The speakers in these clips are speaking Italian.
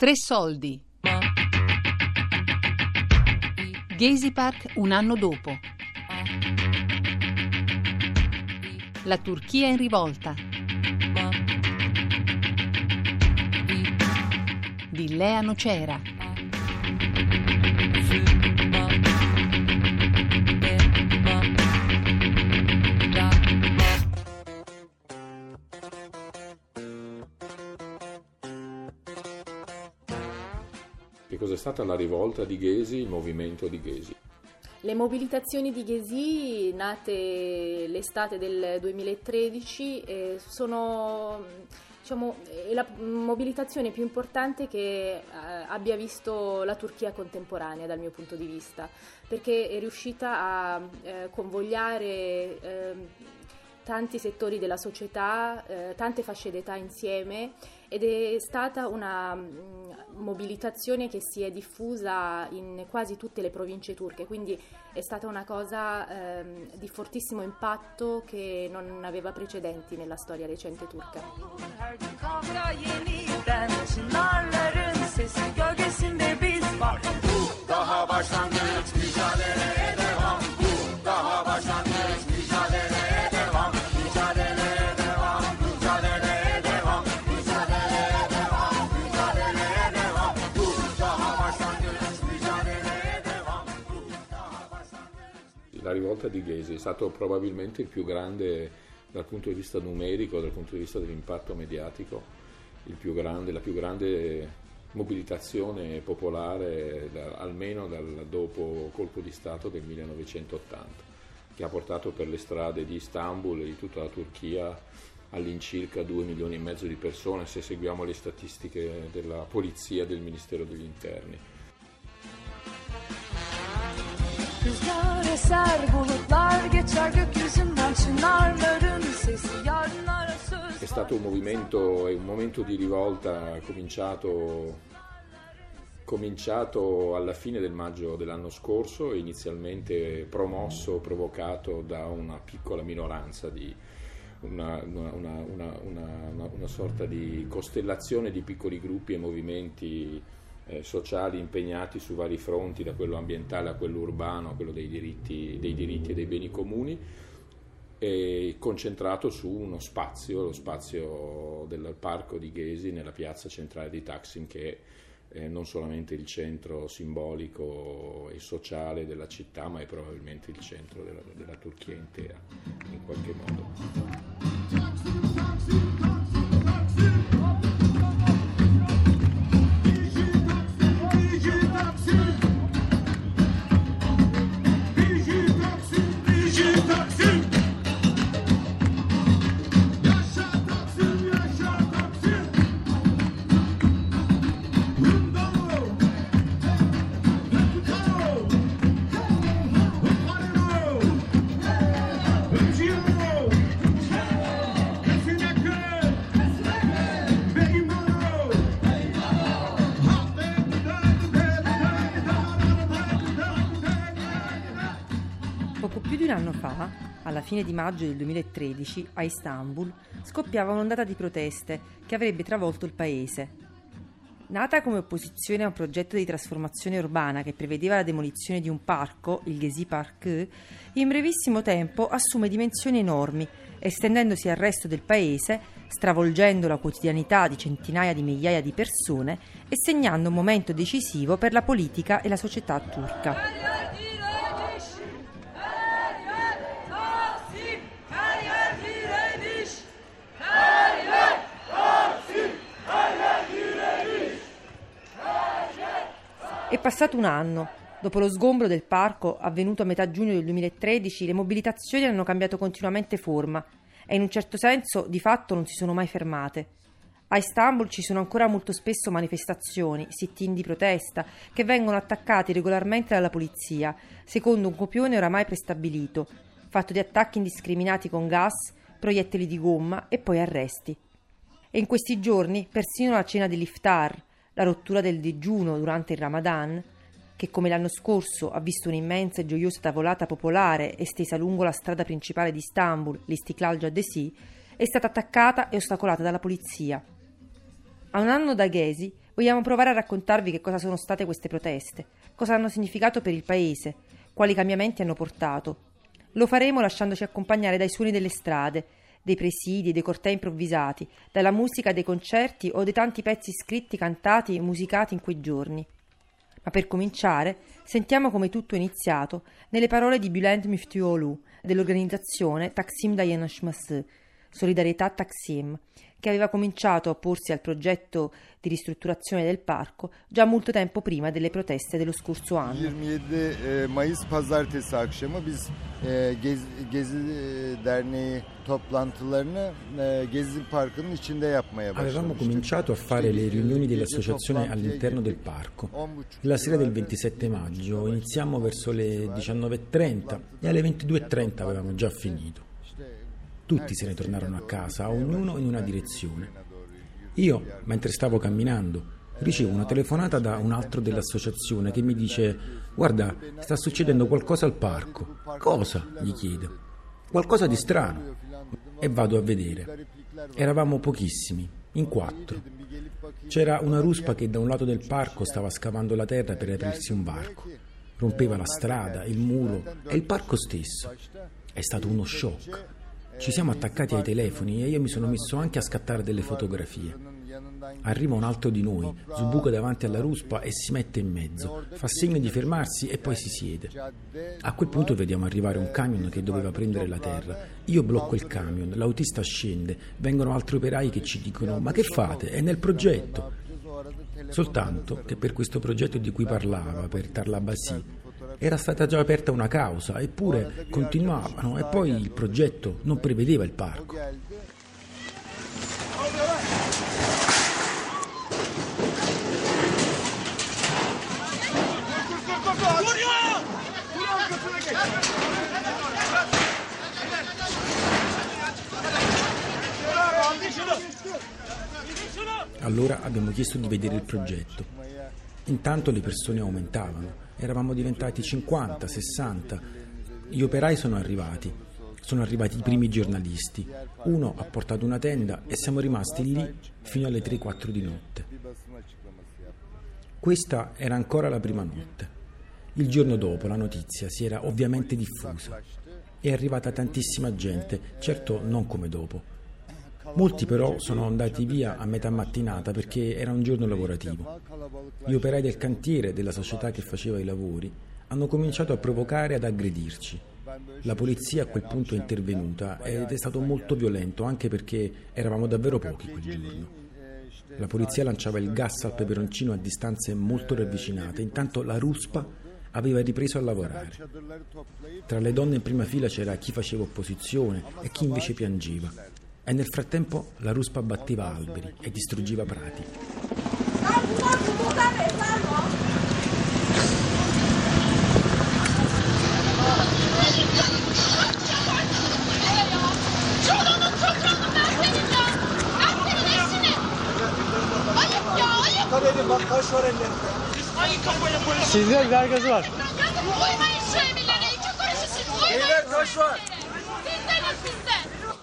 Tre soldi. Gezi Park un anno dopo. La Turchia in rivolta. Di Lea Nocera. Che cos'è stata la rivolta di Gezi, il movimento di Gezi? Le mobilitazioni di Gezi, nate l'estate del 2013, sono la mobilitazione più importante che abbia visto la Turchia contemporanea dal mio punto di vista, perché è riuscita a convogliare tanti settori della società, tante fasce d'età insieme, ed è stata una mobilitazione che si è diffusa in quasi tutte le province turche, quindi è stata una cosa di fortissimo impatto che non aveva precedenti nella storia recente turca. La rivolta di Gezi è stato probabilmente il più grande dal punto di vista numerico, dal punto di vista dell'impatto mediatico, la più grande mobilitazione popolare almeno dal dopo colpo di Stato del 1980, che ha portato per le strade di Istanbul e di tutta la Turchia all'incirca 2,5 milioni di persone, se seguiamo le statistiche della polizia e del Ministero degli Interni. È stato un momento di rivolta cominciato alla fine del maggio dell'anno scorso, inizialmente provocato da una piccola minoranza di una sorta di costellazione di piccoli gruppi e movimenti sociali impegnati su vari fronti, da quello ambientale a quello urbano, a quello dei diritti e dei beni comuni, e concentrato su lo spazio del parco di Gezi nella piazza centrale di Taksim, che è non solamente il centro simbolico e sociale della città, ma è probabilmente il centro della Turchia intera, in qualche modo. Poco più di un anno fa, alla fine di maggio del 2013, a Istanbul, scoppiava un'ondata di proteste che avrebbe travolto il paese. Nata come opposizione a un progetto di trasformazione urbana che prevedeva la demolizione di un parco, il Gezi Park, in brevissimo tempo assume dimensioni enormi, estendendosi al resto del paese, stravolgendo la quotidianità di centinaia di migliaia di persone e segnando un momento decisivo per la politica e la società turca. È passato un anno. Dopo lo sgombro del parco, avvenuto a metà giugno del 2013, le mobilitazioni hanno cambiato continuamente forma e in un certo senso, di fatto, non si sono mai fermate. A Istanbul ci sono ancora molto spesso manifestazioni, sit-in di protesta, che vengono attaccati regolarmente dalla polizia, secondo un copione oramai prestabilito, fatto di attacchi indiscriminati con gas, proiettili di gomma e poi arresti. E in questi giorni persino la cena dell'iftar, la rottura del digiuno durante il Ramadan, che come l'anno scorso ha visto un'immensa e gioiosa tavolata popolare estesa lungo la strada principale di Istanbul, l'Istiklal Caddesi, è stata attaccata e ostacolata dalla polizia. A un anno da Gezi, Vogliamo provare a raccontarvi che cosa sono state queste proteste, cosa hanno significato per il paese, quali cambiamenti hanno portato. Lo faremo lasciandoci accompagnare dai suoni delle strade, dei presidi, dei cortei improvvisati, dalla musica dei concerti o dei tanti pezzi scritti, cantati e musicati in quei giorni. Ma per cominciare, sentiamo come tutto è iniziato nelle parole di Bülent Müftüoğlu dell'organizzazione Taksim Dayanışması, Solidarietà Taksim, che aveva cominciato a opporsi al progetto di ristrutturazione del parco già molto tempo prima delle proteste dello scorso anno. 27 Mayıs pazartesi akşamı biz Gezi Derneği toplantılarını Gezi Parkı'nın içinde yapmaya başlamıştık. Avevamo cominciato a fare le riunioni dell'associazione all'interno del parco. La sera del 27 maggio iniziamo verso le 19:30 e alle 22:30 avevamo già finito. Tutti se ne tornarono a casa, ognuno in una direzione. Io, mentre stavo camminando, ricevo una telefonata da un altro dell'associazione che mi dice: «Guarda, sta succedendo qualcosa al parco». «Cosa?» gli chiedo. «Qualcosa di strano». E vado a vedere. Eravamo pochissimi, in 4. C'era una ruspa che da un lato del parco stava scavando la terra per aprirsi un varco. Rompeva la strada, il muro e il parco stesso. È stato uno shock. Ci siamo attaccati ai telefoni e io mi sono messo anche a scattare delle fotografie. Arriva un altro di noi, sbuca davanti alla ruspa e si mette in mezzo, fa segno di fermarsi e poi si siede. A quel punto vediamo arrivare un camion che doveva prendere la terra. Io blocco il camion, l'autista scende, vengono altri operai che ci dicono: «Ma che fate? È nel progetto!» Soltanto che per questo progetto di cui parlava, per Tarlabaşı, era stata già aperta una causa, eppure continuavano e poi il progetto non prevedeva il parco. Allora abbiamo chiesto di vedere il progetto. Intanto le persone aumentavano. Eravamo diventati 50, 60. Gli operai sono arrivati i primi giornalisti. Uno ha portato una tenda e siamo rimasti lì fino alle 3-4 di notte. Questa era ancora la prima notte. Il giorno dopo la notizia si era ovviamente diffusa. È arrivata tantissima gente, certo non come dopo. Molti però sono andati via a metà mattinata perché era un giorno lavorativo. Gli operai del cantiere della società che faceva i lavori hanno cominciato a provocare e ad aggredirci. La polizia a quel punto è intervenuta ed è stato molto violento anche perché eravamo davvero pochi quel giorno. La polizia lanciava il gas al peperoncino a distanze molto ravvicinate, intanto la ruspa aveva ripreso a lavorare. Tra le donne in prima fila c'era chi faceva opposizione e chi invece piangeva. E nel frattempo la ruspa batteva alberi e distruggeva prati. Sizde biber gazı var. Uymayın şu emirlere. İki kuruşu siz uymayın. Beyler taş var. Sizdeniz sizde.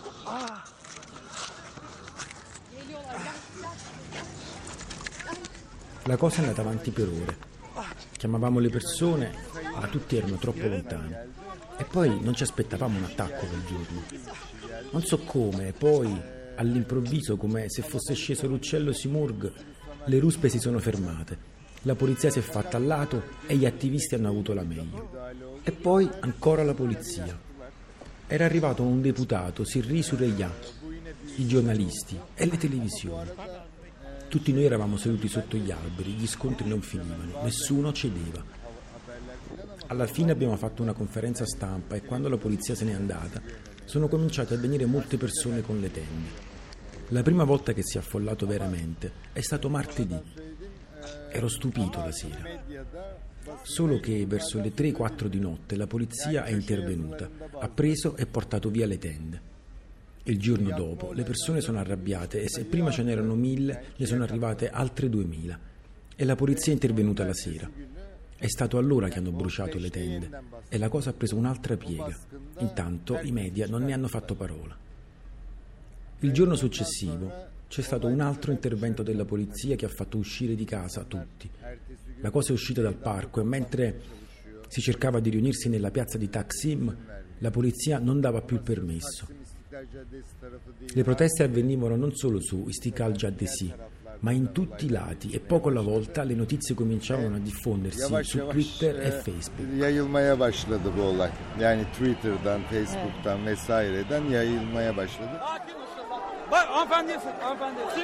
La cosa è andata avanti per ore. Chiamavamo le persone, ma tutti erano troppo lontani. E poi non ci aspettavamo un attacco quel giorno. Non so come, poi all'improvviso, come se fosse sceso l'uccello Simurgh, le ruspe si sono fermate. La polizia si è fatta al lato e gli attivisti hanno avuto la meglio. E poi ancora la polizia. Era arrivato un deputato, Sirri Süreyya, i giornalisti e le televisioni. Tutti noi eravamo seduti sotto gli alberi, gli scontri non finivano, nessuno cedeva. Alla fine abbiamo fatto una conferenza stampa e quando la polizia se n'è andata sono cominciate a venire molte persone con le tende. La prima volta che si è affollato veramente è stato martedì. Ero stupito la sera. Solo che verso le 3-4 di notte la polizia è intervenuta, ha preso e portato via le tende. Il giorno dopo le persone sono arrabbiate e se prima ce n'erano 1000 ne sono arrivate altre 2000 e la polizia è intervenuta la sera. È stato allora che hanno bruciato le tende e la cosa ha preso un'altra piega. Intanto i media non ne hanno fatto parola. Il giorno successivo c'è stato un altro intervento della polizia che ha fatto uscire di casa tutti. La cosa è uscita dal parco e mentre si cercava di riunirsi nella piazza di Taksim, la polizia non dava più il permesso. Le proteste avvenivano non solo su Istiklal Caddesi, ma in tutti i lati, e poco alla volta le notizie cominciavano a diffondersi su Twitter e Facebook. Yayılmaya başladı bu olay. Yani Twitter'dan, Facebook'tan vesaireden yayılmaya başladı. Bak hanımefendi, hanımefendi. Sık.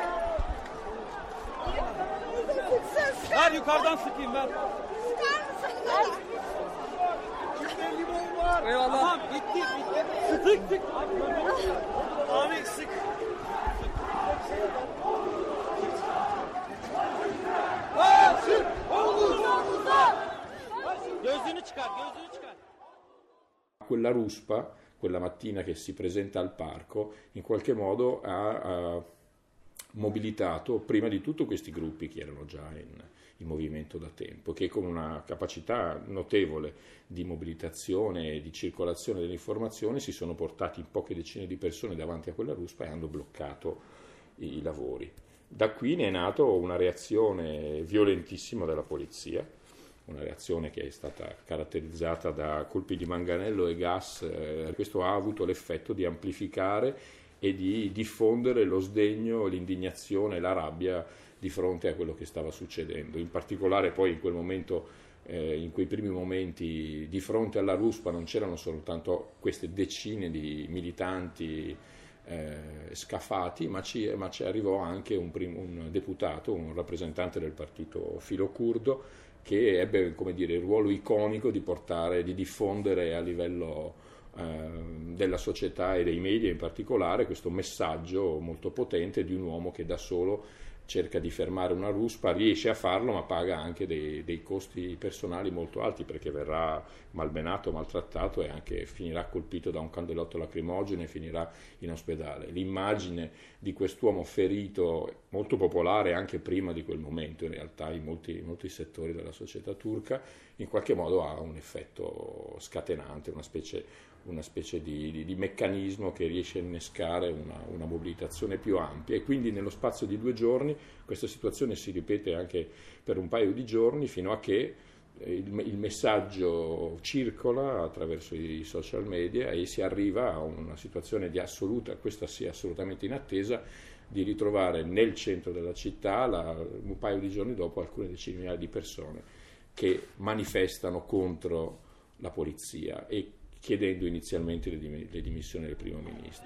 Ver yukarıdan sıkayım ver. Limon var. Eyvallah. Tamam bitti. Sık. Abi sık. Gözünü çıkar. Quella ruspa, quella mattina che si presenta al parco, in qualche modo ha mobilitato prima di tutto questi gruppi che erano già in movimento da tempo, che con una capacità notevole di mobilitazione e di circolazione delle informazioni si sono portati in poche decine di persone davanti a quella ruspa e hanno bloccato i lavori. Da qui ne è nata una reazione violentissima della polizia, una reazione che è stata caratterizzata da colpi di manganello e gas. Questo ha avuto l'effetto di amplificare e di diffondere lo sdegno, l'indignazione, la rabbia di fronte a quello che stava succedendo. In particolare poi in quel momento, in quei primi momenti, di fronte alla ruspa non c'erano soltanto queste decine di militanti scafati, ma ci arrivò anche un deputato, un rappresentante del partito filo-curdo, che ebbe, come dire, il ruolo iconico di diffondere a livello della società e dei media in particolare questo messaggio molto potente di un uomo che da solo cerca di fermare una ruspa, riesce a farlo, ma paga anche dei costi personali molto alti, perché verrà malmenato, maltrattato e anche finirà colpito da un candellotto lacrimogeno e finirà in ospedale. L'immagine di quest'uomo ferito, molto popolare anche prima di quel momento in realtà in molti settori della società turca, in qualche modo ha un effetto scatenante, una specie di meccanismo che riesce a innescare una mobilitazione più ampia, e quindi nello spazio di 2 giorni questa situazione si ripete anche per un paio di giorni, fino a che il messaggio circola attraverso i social media e si arriva a una situazione di assoluta, questa sì assolutamente inattesa, di ritrovare nel centro della città, un paio di giorni dopo, alcune decine di migliaia di persone che manifestano contro la polizia e chiedendo inizialmente le dimissioni del primo ministro.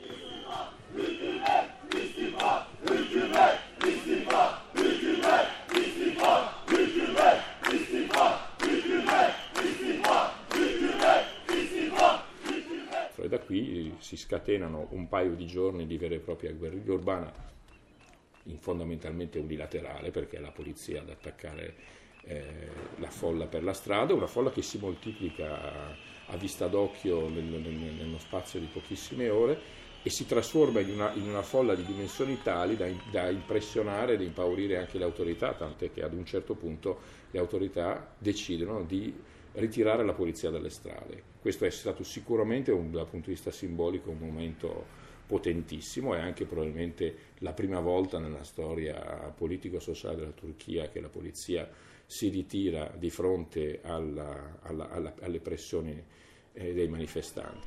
E da qui si scatenano un paio di giorni di vera e propria guerriglia urbana, fondamentalmente unilaterale, perché è la polizia ad attaccare la folla per la strada, una folla che si moltiplica a vista d'occhio nello spazio di pochissime ore e si trasforma in una folla di dimensioni tali da impressionare e da impaurire anche le autorità, tant'è che ad un certo punto le autorità decidono di ritirare la polizia dalle strade. Questo è stato sicuramente, dal punto di vista simbolico, un momento potentissimo, e anche probabilmente la prima volta nella storia politico-sociale della Turchia che la polizia si ritira di fronte alle pressioni dei manifestanti.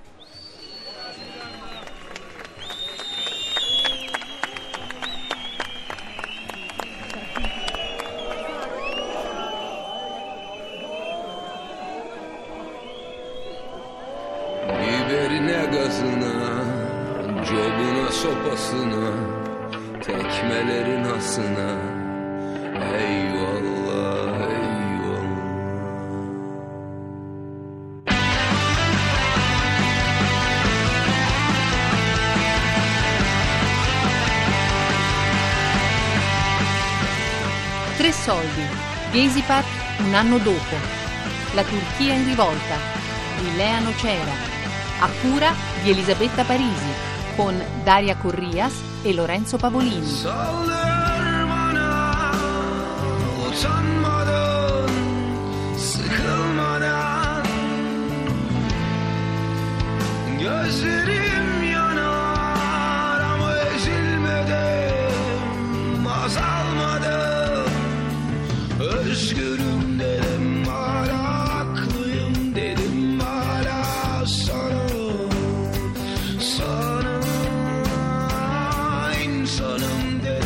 Biberine gazına, cebine sopasına, tekmelerin asına, eyvallah, eyvallah. Tre soldi, Gezi Park un anno dopo, la Turchia in rivolta, di Lea Nocera, a cura di Elisabetta Parisi, con Daria Corrias e Lorenzo Pavolini. Saldır bana, utanmadan, sıkılmadan, gözlerim yanar ama ezilmeden. insanım dedim hala haklıyım dedim hala sana insanım dedim